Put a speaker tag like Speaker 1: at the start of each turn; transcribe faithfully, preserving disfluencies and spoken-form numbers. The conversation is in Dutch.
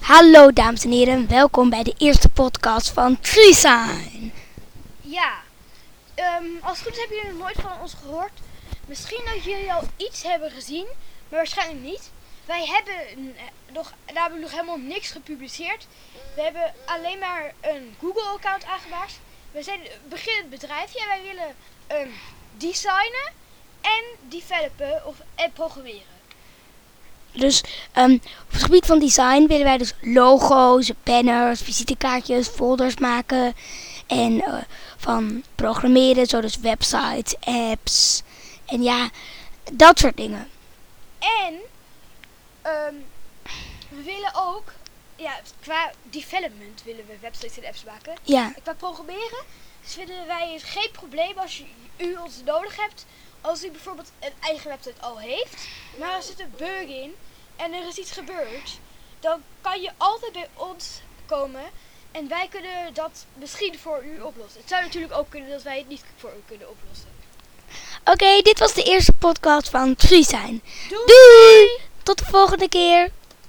Speaker 1: Hallo dames en heren, welkom bij de eerste podcast van TreeSign.
Speaker 2: Ja, um, als het goed is hebben jullie nog nooit van ons gehoord. Misschien dat jullie al iets hebben gezien, maar waarschijnlijk niet. Wij hebben nog, daar hebben we nog helemaal niks gepubliceerd. We hebben alleen maar een Google-account aangemaakt. We zijn een beginnend bedrijfje en wij willen um, designen en developen of, en programmeren.
Speaker 1: Dus um, op het gebied van design willen wij dus logo's, banners, visitekaartjes, folders maken. En uh, van programmeren, zo dus websites, apps en ja, dat soort dingen.
Speaker 2: En um, we willen ook, ja, qua development willen we websites en apps maken.
Speaker 1: Ja.
Speaker 2: En qua programmeren dus vinden wij het geen probleem als je, u ons nodig hebt. Als u bijvoorbeeld een eigen website al heeft, maar er zit een bug in en er is iets gebeurd, dan kan je altijd bij ons komen en wij kunnen dat misschien voor u oplossen. Het zou natuurlijk ook kunnen dat wij het niet voor u kunnen oplossen.
Speaker 1: Oké, okay, dit was de eerste podcast van TreeSign.
Speaker 2: Doei!
Speaker 1: Doei! Tot de volgende keer!